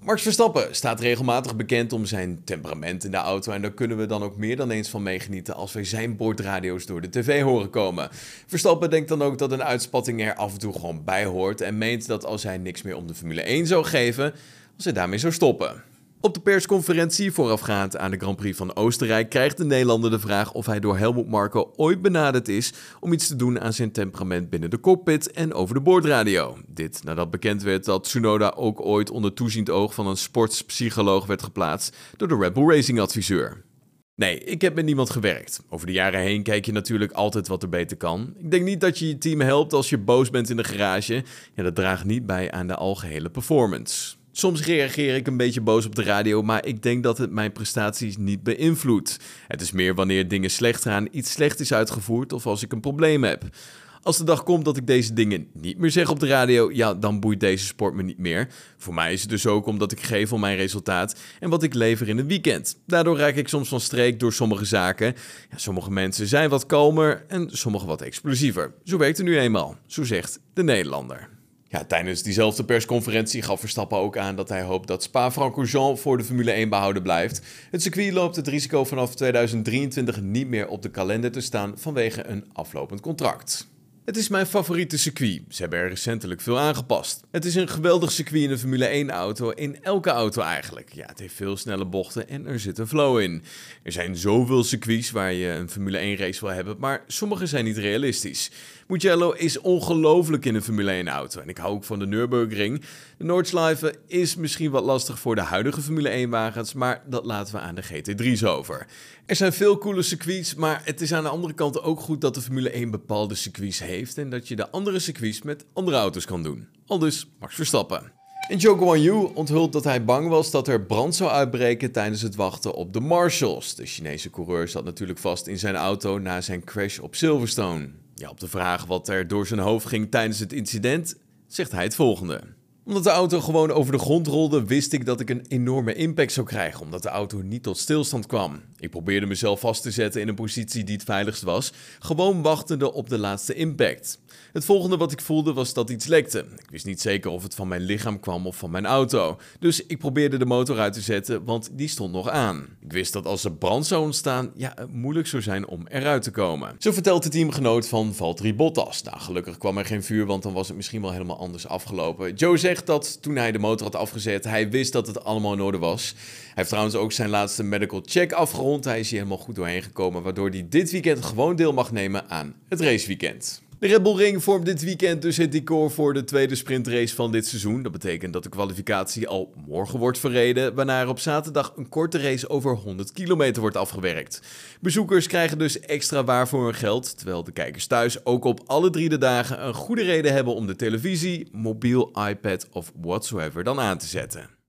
Max Verstappen staat regelmatig bekend om zijn temperament in de auto en daar kunnen we dan ook meer dan eens van meegenieten als wij zijn boordradio's door de tv horen komen. Verstappen denkt dan ook dat een uitspatting er af en toe gewoon bij hoort en meent dat als hij niks meer om de Formule 1 zou geven, als hij daarmee zou stoppen. Op de persconferentie voorafgaand aan de Grand Prix van Oostenrijk krijgt de Nederlander de vraag of hij door Helmut Marko ooit benaderd is om iets te doen aan zijn temperament binnen de cockpit en over de boordradio. Dit nadat bekend werd dat Tsunoda ook ooit onder toeziend oog van een sportspsycholoog werd geplaatst door de Red Bull Racing adviseur. Nee, ik heb met niemand gewerkt. Over de jaren heen kijk je natuurlijk altijd wat er beter kan. Ik denk niet dat je je team helpt als je boos bent in de garage. Ja, dat draagt niet bij aan de algehele performance. Soms reageer ik een beetje boos op de radio, maar ik denk dat het mijn prestaties niet beïnvloedt. Het is meer wanneer dingen slecht gaan, iets slecht is uitgevoerd of als ik een probleem heb. Als de dag komt dat ik deze dingen niet meer zeg op de radio, ja, dan boeit deze sport me niet meer. Voor mij is het dus ook omdat ik geef om mijn resultaat en wat ik lever in het weekend. Daardoor raak ik soms van streek door sommige zaken. Ja, sommige mensen zijn wat kalmer en sommige wat explosiever. Zo werkt het nu eenmaal, zo zegt de Nederlander. Ja, tijdens diezelfde persconferentie gaf Verstappen ook aan dat hij hoopt dat Spa-Francorchamps voor de Formule 1 behouden blijft. Het circuit loopt het risico vanaf 2023 niet meer op de kalender te staan vanwege een aflopend contract. Het is mijn favoriete circuit. Ze hebben er recentelijk veel aangepast. Het is een geweldig circuit in een Formule 1-auto, in elke auto eigenlijk. Ja, het heeft veel snelle bochten en er zit een flow in. Er zijn zoveel circuits waar je een Formule 1-race wil hebben, maar sommige zijn niet realistisch. Mugello is ongelooflijk in een Formule 1-auto en ik hou ook van de Nürburgring. De Nordschleife is misschien wat lastig voor de huidige Formule 1-wagens, maar dat laten we aan de GT3's over. Er zijn veel coole circuits, maar het is aan de andere kant ook goed dat de Formule 1 bepaalde circuits heeft en dat je de andere circuits met andere auto's kan doen. Aldus Max Verstappen. En Zhou Guanyu onthult dat hij bang was dat er brand zou uitbreken tijdens het wachten op de marshals. De Chinese coureur zat natuurlijk vast in zijn auto na zijn crash op Silverstone. Ja, op de vraag wat er door zijn hoofd ging tijdens het incident, zegt hij het volgende. Omdat de auto gewoon over de grond rolde, wist ik dat ik een enorme impact zou krijgen, omdat de auto niet tot stilstand kwam. Ik probeerde mezelf vast te zetten in een positie die het veiligst was, gewoon wachtende op de laatste impact. Het volgende wat ik voelde was dat iets lekte. Ik wist niet zeker of het van mijn lichaam kwam of van mijn auto. Dus ik probeerde de motor uit te zetten, want die stond nog aan. Ik wist dat als er brand zou ontstaan, ja, het moeilijk zou zijn om eruit te komen. Zo vertelt de teamgenoot van Valtteri Bottas. Nou, gelukkig kwam er geen vuur, want dan was het misschien wel helemaal anders afgelopen. Joe zegt dat toen hij de motor had afgezet, hij wist dat het allemaal in orde was. Hij heeft trouwens ook zijn laatste medical check afgerond. Hij is hier helemaal goed doorheen gekomen, waardoor hij dit weekend gewoon deel mag nemen aan het raceweekend. De Red Bull Ring vormt dit weekend dus het decor voor de tweede sprintrace van dit seizoen. Dat betekent dat de kwalificatie al morgen wordt verreden, waarna er op zaterdag een korte race over 100 kilometer wordt afgewerkt. Bezoekers krijgen dus extra waar voor hun geld, terwijl de kijkers thuis ook op alle 3 de dagen een goede reden hebben om de televisie, mobiel, iPad of whatsoever dan aan te zetten.